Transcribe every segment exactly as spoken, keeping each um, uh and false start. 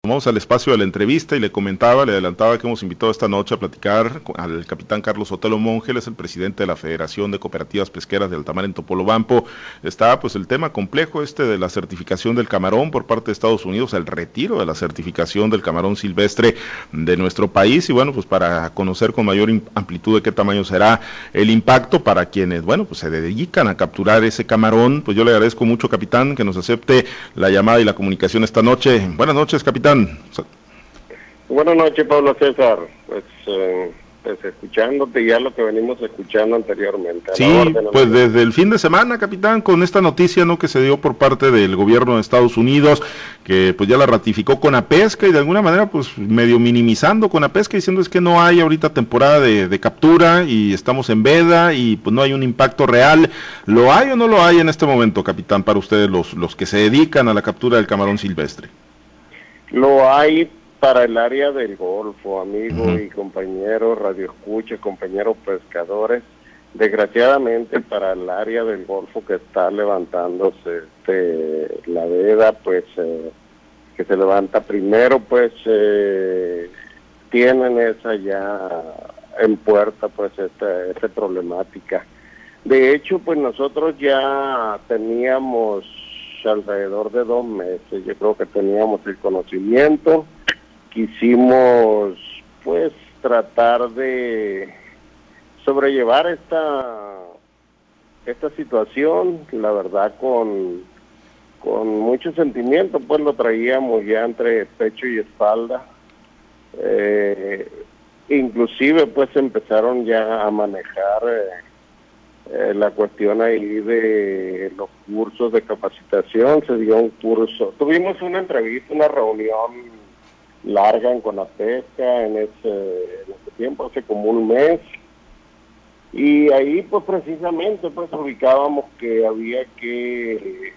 Vamos al espacio de la entrevista y le comentaba, le adelantaba que hemos invitado esta noche a platicar al capitán Carlos Sotelo Monge. Él es el presidente de la Federación de Cooperativas Pesqueras de Altamar en Topolobampo. Está pues el tema complejo este de la certificación del camarón por parte de Estados Unidos, el retiro de la certificación del camarón silvestre de nuestro país, y bueno, pues para conocer con mayor amplitud de qué tamaño será el impacto para quienes, bueno, pues se dedican a capturar ese camarón, pues yo le agradezco mucho, capitán, que nos acepte la llamada y la comunicación esta noche. Buenas noches, capitán. Buenas noches, Pablo César. Pues, eh, pues escuchándote ya lo que venimos escuchando anteriormente. Sí, orden, pues desde el fin de semana, capitán, con esta noticia, ¿no?, que se dio por parte del gobierno de Estados Unidos, que pues ya la ratificó Conapesca y de alguna manera pues medio minimizando Conapesca, diciendo es que no hay ahorita temporada de, de captura y estamos en veda y pues no hay un impacto real. ¿Lo hay o no lo hay en este momento, capitán, para ustedes los, los que se dedican a la captura del camarón silvestre? Lo hay para el área del Golfo, amigos Uh-huh. y compañeros radioescuchas, compañeros pescadores. Desgraciadamente para el área del Golfo que está levantándose este, la veda, pues eh, que se levanta primero, pues eh, tienen esa ya en puerta, pues esta, esta problemática. De hecho, pues nosotros ya teníamos alrededor de dos meses, yo creo que teníamos el conocimiento, quisimos pues tratar de sobrellevar esta esta situación, la verdad con con mucho sentimiento, pues lo traíamos ya entre pecho y espalda, eh, inclusive pues empezaron ya a manejar eh, Eh, la cuestión ahí de los cursos de capacitación. Se dio un curso, tuvimos una entrevista, una reunión larga en Conapesca en ese, en ese tiempo, hace como un mes, y ahí pues precisamente pues ubicábamos que había que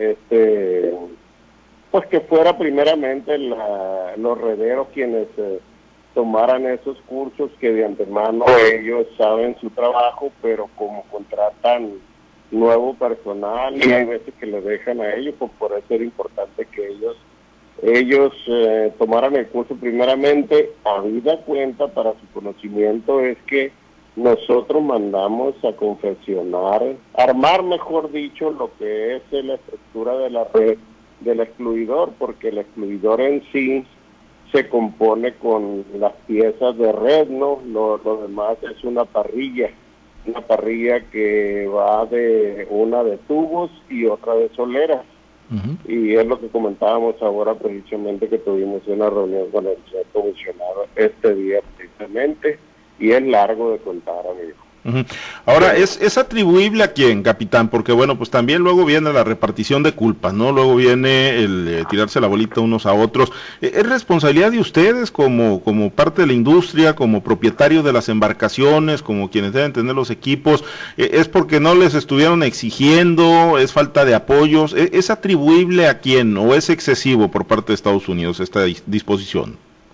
este pues que fuera primeramente la, los rederos quienes eh, tomaran esos cursos, que de antemano ellos saben su trabajo, pero como contratan nuevo personal y hay veces que le dejan a ellos, pues por eso era importante que ellos ellos eh, tomaran el curso primeramente. Habida cuenta, para su conocimiento, es que nosotros mandamos a confeccionar, armar mejor dicho, lo que es la estructura de la red del excluidor, porque el excluidor en sí se compone con las piezas de red, ¿no? Lo, lo demás es una parrilla, una parrilla que va de una de tubos y otra de soleras. Uh-huh. Y es lo que comentábamos ahora precisamente, que tuvimos una reunión con el señor comisionado este día precisamente, y es largo de contar, amigo. Uh-huh. Ahora, ¿es, ¿es atribuible a quién, capitán? Porque bueno, pues también luego viene la repartición de culpas, ¿no? Luego viene el eh, tirarse la bolita unos a otros. ¿Es responsabilidad de ustedes como, como parte de la industria, como propietarios de las embarcaciones, como quienes deben tener los equipos? ¿Es porque no les estuvieron exigiendo? ¿Es falta de apoyos? ¿Es, es atribuible a quién o es excesivo por parte de Estados Unidos esta disposición?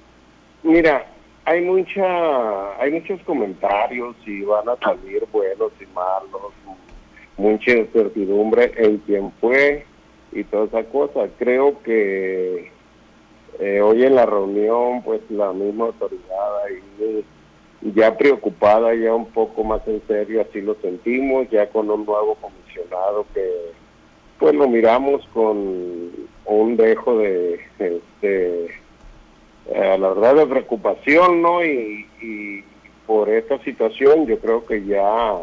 Mira, Hay mucha, hay muchos comentarios y van a salir buenos y malos, mucha incertidumbre en quién fue y toda esa cosa. Creo que eh, hoy en la reunión, pues la misma autoridad ahí ya preocupada, ya un poco más en serio, así lo sentimos, ya con un nuevo comisionado que pues lo miramos con un dejo de... este Eh, la verdad de preocupación, ¿no? Y, y por esta situación yo creo que ya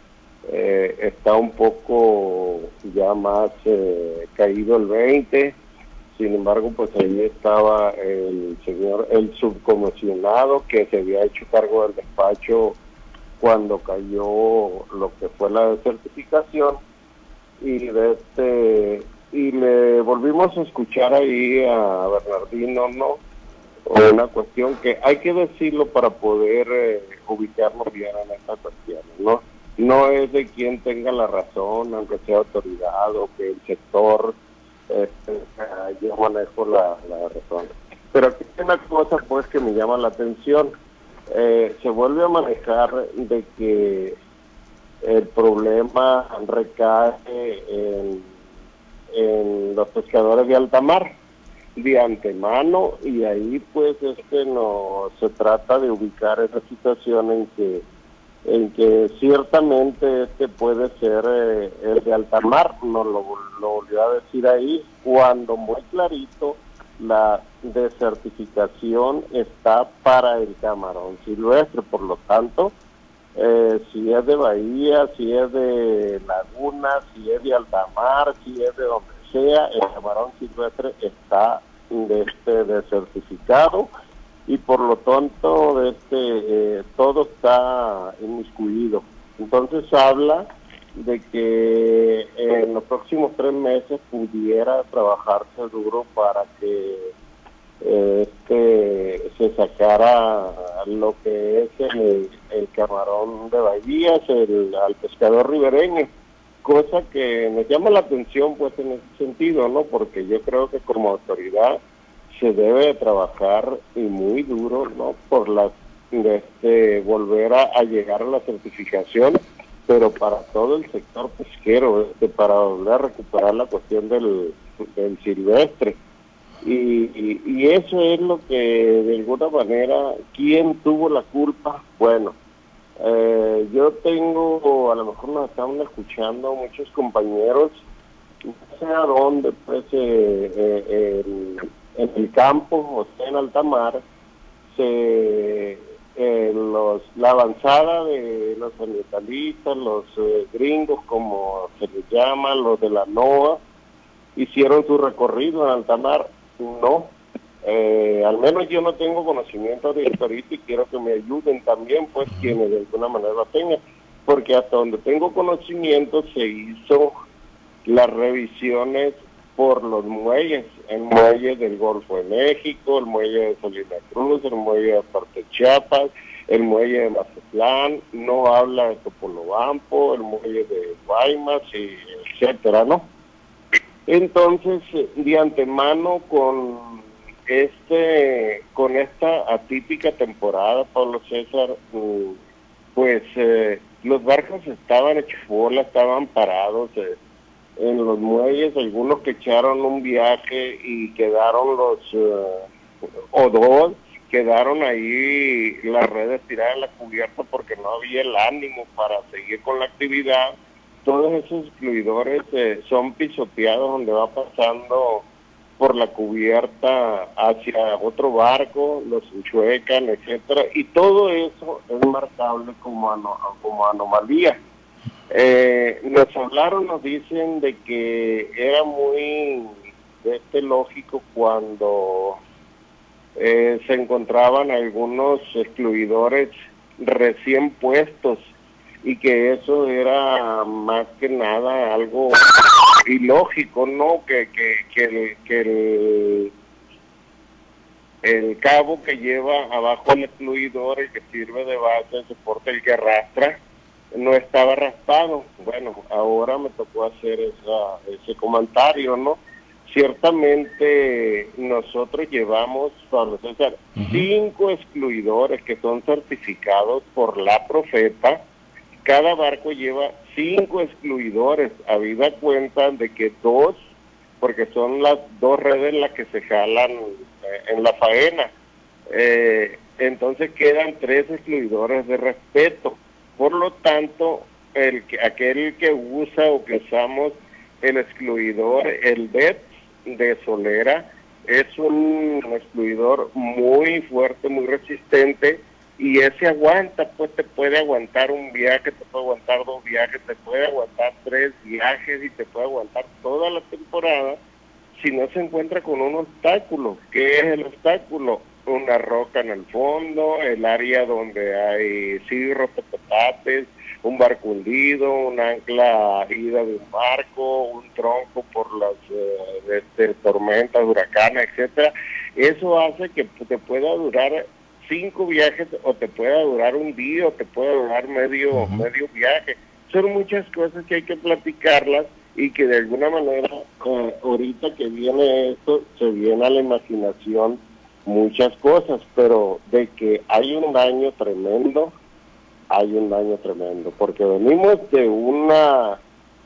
eh, está un poco ya más eh, caído el veinte. Sin embargo, pues ahí estaba el señor, el subcomisionado que se había hecho cargo del despacho cuando cayó lo que fue la certificación, y de este y le volvimos a escuchar ahí a Bernardino, ¿no? Una cuestión que hay que decirlo para poder eh, ubicarnos bien en esta cuestión, ¿no? No es de quien tenga la razón, aunque sea autoridad o que el sector, este, yo manejo la, la razón. Pero aquí hay una cosa pues que me llama la atención, eh, se vuelve a manejar de que el problema recae en, en los pescadores de alta mar. de antemano, y ahí pues este no se trata de ubicar esa situación en que en que ciertamente este puede ser eh, el de alta mar, nos lo, lo volvió a decir ahí, cuando muy clarito la desertificación está para el camarón silvestre. Por lo tanto, eh, si es de bahía, si es de laguna, si es de alta mar, si es de donde sea, el camarón silvestre está de este desertificado, y por lo tanto de este eh, todo está inmiscuido. Entonces habla de que en los próximos tres meses pudiera trabajarse duro para que eh, este se sacara lo que es el, el camarón de bahías, el, al pescador ribereño, cosa que me llama la atención pues en ese sentido, ¿no? Porque yo creo que como autoridad se debe de trabajar y muy duro, ¿no? Por la, de este, volver a, a llegar a la certificación, pero para todo el sector pesquero, este, para volver a recuperar la cuestión del, del silvestre. Y, y, y eso es lo que de alguna manera, ¿quién tuvo la culpa? Bueno, eh, yo tengo, a lo mejor nos están escuchando muchos compañeros, no sé a dónde, pues, eh, eh, el, en el campo, o sea, en alta mar, se, eh, los, la avanzada de los ambientalistas, los eh, gringos, como se les llama, los de la NOAA, hicieron su recorrido en alta mar. No, eh, al menos yo no tengo conocimiento de esto ahorita, y quiero que me ayuden también, pues, quienes de alguna manera lo tengan, porque hasta donde tengo conocimiento se hizo las revisiones por los muelles, el muelle del Golfo de México, el muelle de Salina Cruz, el muelle de Puerto Chiapas, el muelle de Mazatlán, no habla de Topolobampo, el muelle de Guaymas, y etcétera, ¿no? Entonces, de antemano, con este, con esta atípica temporada, Pablo César, pues eh, los barcos estaban hechos bola, estaban parados eh, en los muelles, algunos que echaron un viaje y quedaron los, uh, o dos, quedaron ahí las redes tiradas en la cubierta porque no había el ánimo para seguir con la actividad. Todos esos excluidores eh, son pisoteados donde va pasando por la cubierta hacia otro barco, los enchuecan, etcétera, y todo eso es marcable como, ano, como anomalía. Eh, nos hablaron, nos dicen de que era muy este, lógico cuando eh, se encontraban algunos excluidores recién puestos, y que eso era más que nada algo ilógico, ¿no? Que, que, que, el, que el, el cabo que lleva abajo el excluidor, el que sirve de base, el soporte, el que arrastra, no estaba raspado. Bueno, ahora me tocó hacer esa, ese comentario, ¿no? Ciertamente nosotros llevamos, Pablo César, uh-huh. cinco excluidores que son certificados por la Profepa. Cada barco lleva cinco excluidores, habida cuenta de que dos, porque son las dos redes las que se jalan eh, en la faena, eh, entonces quedan tres excluidores de respeto. Por lo tanto, el que, aquel que usa o que usamos el excluidor, el D E T de solera, es un excluidor muy fuerte, muy resistente, y ese aguanta, pues te puede aguantar un viaje, te puede aguantar dos viajes, te puede aguantar tres viajes, y te puede aguantar toda la temporada si no se encuentra con un obstáculo. ¿Qué es el obstáculo? Una roca en el fondo, el área donde hay cirros, petates, un barco hundido, un ancla ida de un barco, un tronco por las eh, este, tormentas, huracanes, etcétera. Eso hace que te pueda durar cinco viajes, o te pueda durar un día, o te pueda durar medio, uh-huh. medio viaje. Son muchas cosas que hay que platicarlas, y que de alguna manera, eh, ahorita que viene esto, se viene a la imaginación muchas cosas, pero de que hay un daño tremendo, hay un daño tremendo, porque venimos de una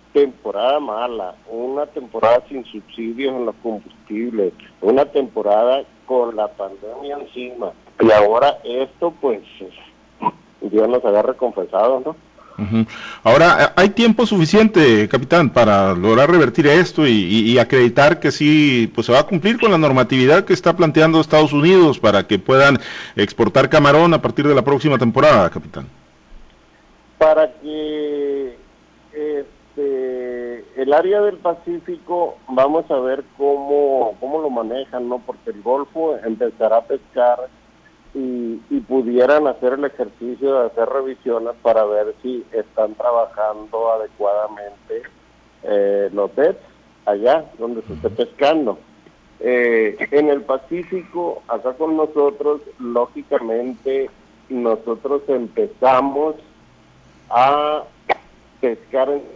temporada mala, una temporada sin subsidios en los combustibles, una temporada con la pandemia encima, y ahora esto, pues, Dios nos agarre confesados, ¿no? Uh-huh. Ahora, ¿hay tiempo suficiente, capitán, para lograr revertir esto y, y, y acreditar que sí, pues se va a cumplir con la normatividad que está planteando Estados Unidos para que puedan exportar camarón a partir de la próxima temporada, capitán? Para que este, el área del Pacífico, vamos a ver cómo, cómo lo manejan, ¿no? Porque el Golfo empezará a pescar Y, y pudieran hacer el ejercicio de hacer revisiones para ver si están trabajando adecuadamente eh, los D E Ts allá donde se esté pescando. Eh, en el Pacífico, acá con nosotros, lógicamente, nosotros empezamos a pescar en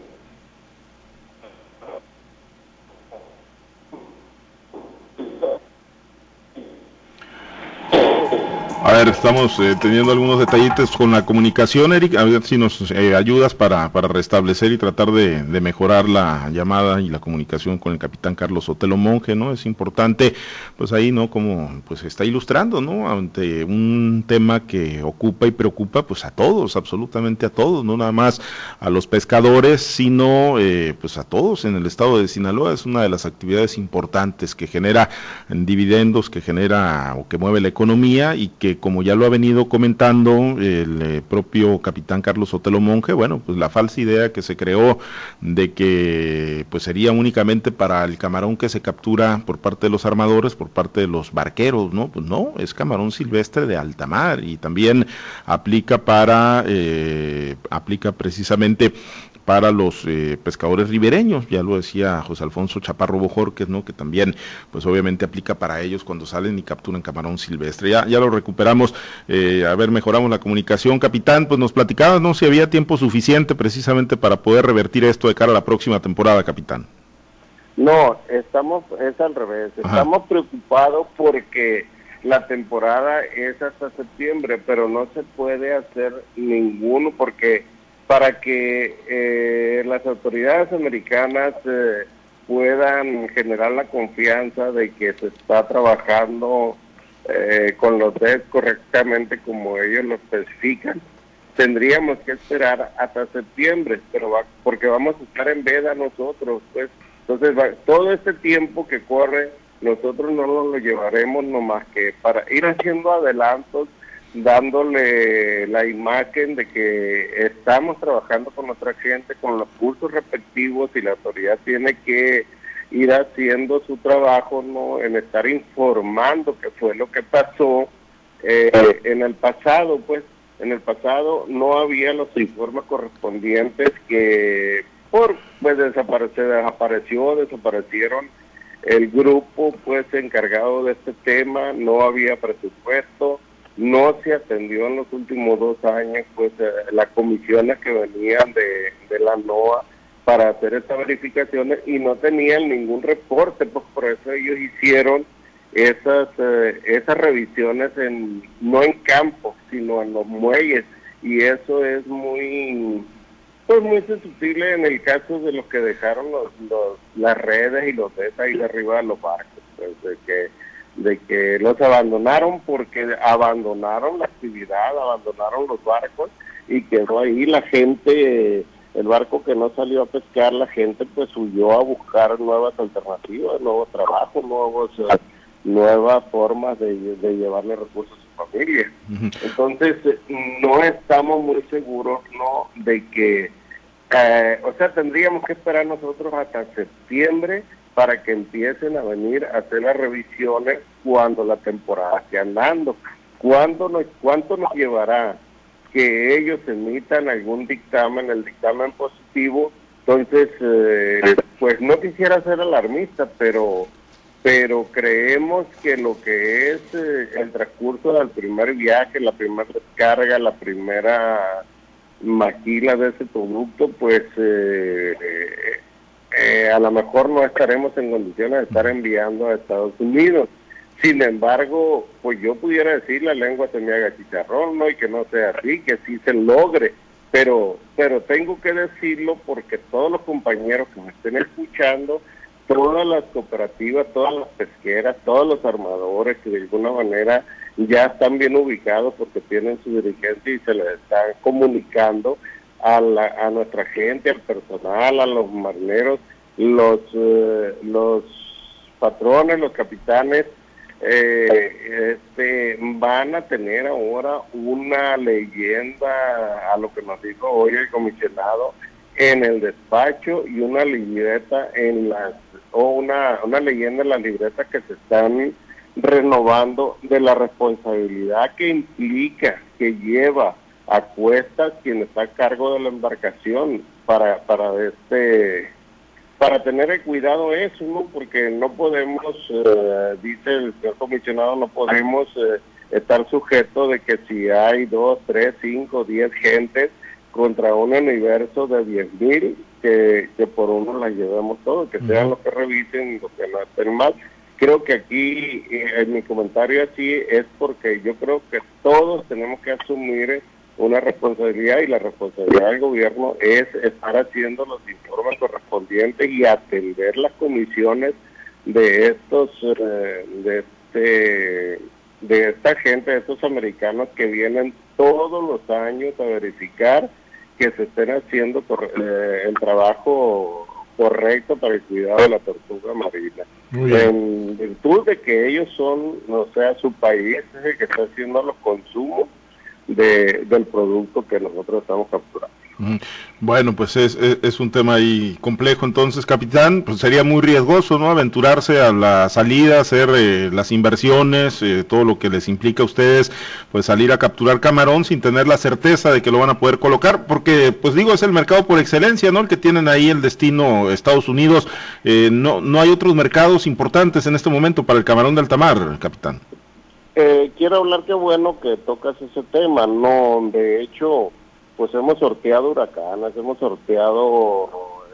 A ver, estamos eh, teniendo algunos detallitos con la comunicación, Eric, a ver si nos eh, ayudas para, para restablecer y tratar de, de mejorar la llamada y la comunicación con el capitán Carlos Sotelo Monge, ¿no? Es importante, pues ahí, ¿no? Como pues está ilustrando, ¿no? Ante un tema que ocupa y preocupa, pues a todos, absolutamente a todos, no nada más a los pescadores, sino eh, pues a todos en el estado de Sinaloa. Es una de las actividades importantes que genera dividendos, que genera o que mueve la economía y que, como ya lo ha venido comentando el eh, propio capitán Carlos Sotelo Monge, bueno, pues la falsa idea que se creó de que pues sería únicamente para el camarón que se captura por parte de los armadores, por parte de los barqueros, ¿no? Pues no, es camarón silvestre de alta mar y también aplica para, eh, aplica precisamente para los eh, pescadores ribereños, ya lo decía José Alfonso Chaparro Bojorquez, ¿no? Que también, pues obviamente aplica para ellos cuando salen y capturan camarón silvestre. Ya, ya lo recuperamos, eh, a ver, mejoramos la comunicación, capitán, pues nos platicabas, ¿no? Si había tiempo suficiente precisamente para poder revertir esto de cara a la próxima temporada, capitán. No, estamos, es al revés, Ajá. Estamos preocupados porque la temporada es hasta septiembre, pero no se puede hacer ninguno porque para que eh, las autoridades americanas eh, puedan generar la confianza de que se está trabajando eh, con los D E Ts correctamente como ellos lo especifican, tendríamos que esperar hasta septiembre, pero va, porque vamos a estar en veda nosotros, pues. Entonces, va, todo este tiempo que corre, nosotros no nos lo llevaremos nomás que para ir haciendo adelantos, dándole la imagen de que estamos trabajando con nuestra gente, con los cursos respectivos, y la autoridad tiene que ir haciendo su trabajo, ¿no? En estar informando qué fue lo que pasó eh, en el pasado, pues. En el pasado no había los informes correspondientes que por pues desapareció, desapareció, desaparecieron el grupo pues encargado de este tema, no había presupuesto, no se atendió en los últimos dos años pues eh, las comisiones que venían de, de la NOAA para hacer estas verificaciones y no tenían ningún reporte, pues por eso ellos hicieron esas eh, esas revisiones en no en campo sino en los muelles, y eso es muy pues muy sensible en el caso de los que dejaron los, los las redes y los dedos ahí de arriba de los barcos, pues, de que de que los abandonaron porque abandonaron la actividad, abandonaron los barcos y quedó ahí la gente. El barco que no salió a pescar, la gente pues huyó a buscar nuevas alternativas, nuevos trabajos, nuevos uh, nuevas formas de, de llevarle recursos a su familia. Uh-huh. Entonces, no estamos muy seguros, ¿no?, de que, eh, o sea, tendríamos que esperar nosotros hasta septiembre para que empiecen a venir a hacer las revisiones cuando la temporada esté andando. ¿Cuándo nos, ¿Cuánto nos llevará que ellos emitan algún dictamen, el dictamen positivo? Entonces, eh, pues no quisiera ser alarmista, pero pero creemos que lo que es eh, el transcurso del primer viaje, la primera descarga, la primera maquila de ese producto, pues eh, eh, eh, a lo mejor no estaremos en condiciones de estar enviando a Estados Unidos. Sin embargo, pues yo pudiera decir la lengua se me haga chicharrón, ¿no? Y que no sea así, que sí se logre, pero, pero pero tengo que decirlo porque todos los compañeros que me estén escuchando, todas las cooperativas, todas las pesqueras, todos los armadores que de alguna manera ya están bien ubicados porque tienen su dirigencia y se les están comunicando a, la, a nuestra gente, al personal, a los marineros, los, eh, los patrones, los capitanes, eh, este, van a tener ahora una leyenda a lo que nos dijo hoy el comisionado en el despacho y una libreta en las, o una, una leyenda en la libreta que se están renovando de la responsabilidad que implica, que lleva a cuestas quien está a cargo de la embarcación para, para este para tener el cuidado eso, ¿no? Porque no podemos, eh, dice el señor comisionado, no podemos eh, estar sujetos de que si hay dos, tres, cinco, diez gentes contra un universo de diez mil, que, que por uno las llevemos todo, que sean los que revisen y los que no estén mal. Creo que aquí, en mi comentario así, es porque yo creo que todos tenemos que asumir una responsabilidad, y la responsabilidad del gobierno es estar haciendo los informes correspondientes y atender las comisiones de estos, eh, de este, de esta gente, de estos americanos que vienen todos los años a verificar que se estén haciendo eh, el trabajo correcto para el cuidado de la tortuga marina. En virtud de que ellos son, o sea, su país es el que está haciendo los consumos de, del producto que nosotros estamos capturando. Bueno, pues es, es, es un tema ahí complejo. Entonces, capitán, pues sería muy riesgoso, ¿no?, aventurarse a la salida, hacer eh, las inversiones, eh, todo lo que les implica a ustedes, pues salir a capturar camarón sin tener la certeza de que lo van a poder colocar, porque, pues digo, es el mercado por excelencia, ¿no?, el que tienen ahí el destino Estados Unidos. Eh, no, no hay otros mercados importantes en este momento para el camarón de alta mar, capitán. Eh, quiero hablar, qué bueno que tocas ese tema, no, de hecho, pues hemos sorteado huracanes, hemos sorteado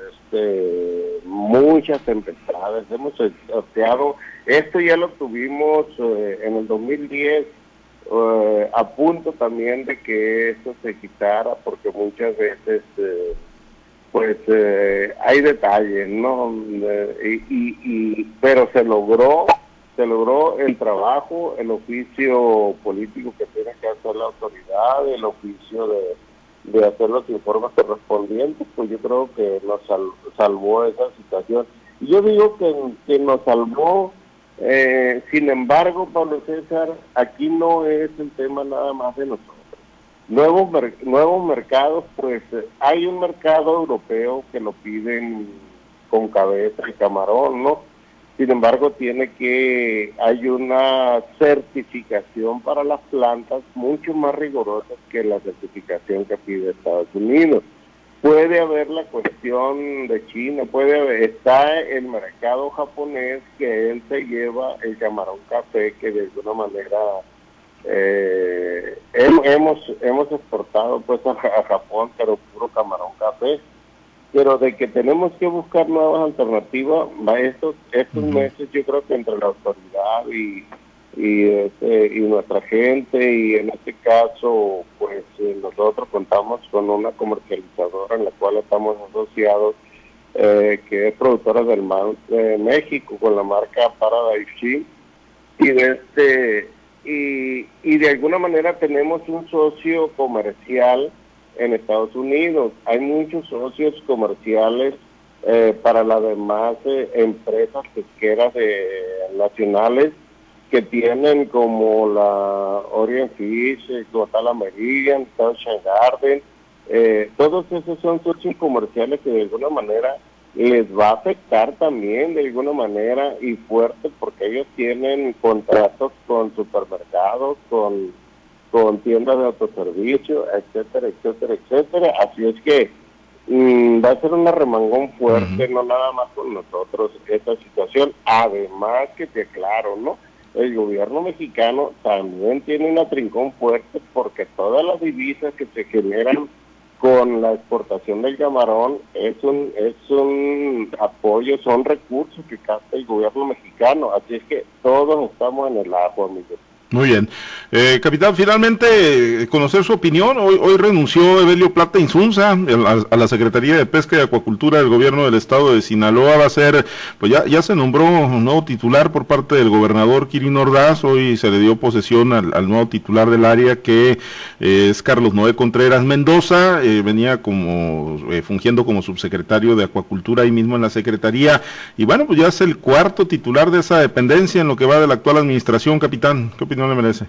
este, muchas tempestades, hemos sorteado, esto ya lo tuvimos eh, en el dos mil diez, eh, a punto también de que esto se quitara, porque muchas veces, eh, pues eh, hay detalles, ¿no? Eh, y, y, y, pero se logró, se logró el trabajo, el oficio político que tiene que hacer la autoridad, el oficio de de hacer los informes correspondientes, pues yo creo que nos sal, salvó esa situación. Y yo digo que, que nos salvó, eh, sin embargo, Pablo César, aquí no es el tema nada más de nosotros. Nuevos, mer nuevos mercados, pues eh, hay un mercado europeo que lo piden con cabeza el camarón, ¿no? Sin embargo, tiene que, hay una certificación para las plantas mucho más rigurosa que la certificación que pide Estados Unidos. Puede haber la cuestión de China, puede haber, está el mercado japonés, que él se lleva el camarón café, que de alguna manera eh, hemos, hemos exportado pues a, a Japón, pero puro camarón café. Pero de que tenemos que buscar nuevas alternativas, estos, estos uh-huh. meses yo creo que entre la autoridad y, y, este, y nuestra gente, y en este caso, pues eh, nosotros contamos con una comercializadora en la cual estamos asociados, eh, que es productora del mar de México, con la marca Paradise Sea, y de este, y, y de alguna manera tenemos un socio comercial en Estados Unidos. Hay muchos socios comerciales eh, para las demás eh, empresas pesqueras eh, nacionales que tienen, como la Orient Fish, eh, Guatala Meridian, Ocean Garden, eh, todos esos son socios comerciales que de alguna manera les va a afectar también de alguna manera y fuerte, porque ellos tienen contratos con supermercados, con con tiendas de autoservicio, etcétera, etcétera, etcétera. Así es que mmm, va a ser una remangón fuerte, uh-huh. no nada más con nosotros esta situación. Además que te aclaro, ¿no? El gobierno mexicano también tiene una trincón fuerte, porque todas las divisas que se generan con la exportación del camarón es un, es un apoyo, son recursos que capta el gobierno mexicano. Así es que todos estamos en el agua, amigos. Muy bien. Eh, capitán, finalmente, eh, conocer su opinión. Hoy, hoy renunció Evelio Plata Insunza a, a la Secretaría de Pesca y Acuacultura del Gobierno del Estado de Sinaloa. Va a ser, pues ya, ya se nombró un nuevo titular por parte del gobernador Quirino Ordaz. Hoy se le dio posesión al, al nuevo titular del área, que eh, es Carlos Noé Contreras Mendoza. Eh, venía como eh, fungiendo como subsecretario de Acuacultura ahí mismo en la Secretaría. Y bueno, pues ya es el cuarto titular de esa dependencia en lo que va de la actual administración, capitán. ¿Qué opinión le merece?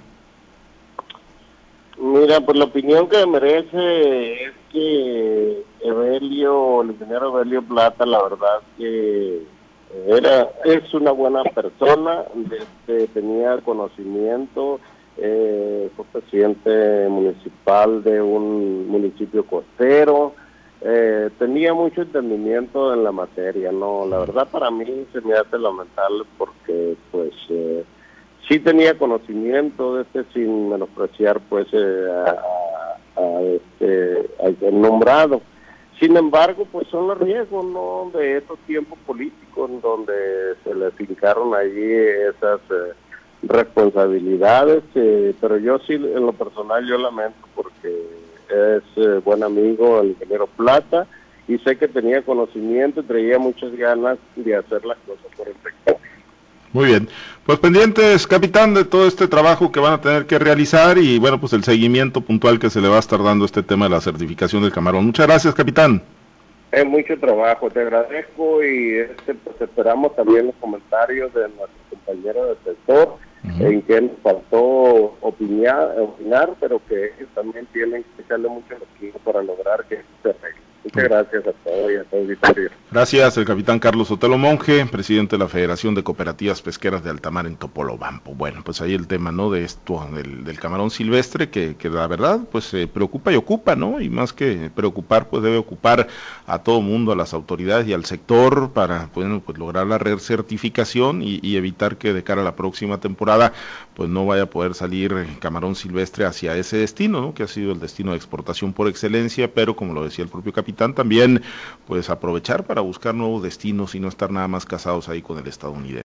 Mira, pues la opinión que me merece es que Evelio, el ingeniero Evelio Plata, la verdad que era es una buena persona, este, tenía conocimiento, eh, fue presidente municipal de un municipio costero, eh, tenía mucho entendimiento en la materia, no, la verdad para mí se me hace lamentable porque pues eh, sí tenía conocimiento de este, sin menospreciar pues eh, a, a este al nombrado. Sin embargo, pues son los riesgos, ¿no?, de estos tiempos políticos en donde se le fincaron allí esas eh, responsabilidades, eh, pero yo sí, en lo personal, yo lamento porque es eh, buen amigo el ingeniero Plata y sé que tenía conocimiento y traía muchas ganas de hacer las cosas por el sector. Muy bien, pues pendientes, capitán, de todo este trabajo que van a tener que realizar y bueno, pues el seguimiento puntual que se le va a estar dando a este tema de la certificación del camarón. Muchas gracias, capitán. Es mucho trabajo, te agradezco y este, pues esperamos también los comentarios de nuestros compañeros del sector, uh-huh. en que nos faltó opinar, opinar, pero que ellos también tienen que echarle mucho esfuerzo para lograr que esto se arregle. Muchas gracias a todos y a todo el auditorio. Gracias, el capitán Carlos Sotelo Monje, presidente de la Federación de Cooperativas Pesqueras de Altamar en Topolobampo. Bueno, pues ahí el tema, ¿no?, de esto, del, del camarón silvestre, que, que la verdad, pues eh, preocupa y ocupa, ¿no? Y más que preocupar, pues debe ocupar a todo mundo, a las autoridades y al sector para, bueno, pues lograr la recertificación y, y evitar que de cara a la próxima temporada, pues no vaya a poder salir camarón silvestre hacia ese destino, ¿no?, que ha sido el destino de exportación por excelencia, pero como lo decía el propio capitán, también pues aprovechar para buscar nuevos destinos y no estar nada más casados ahí con el estadounidense.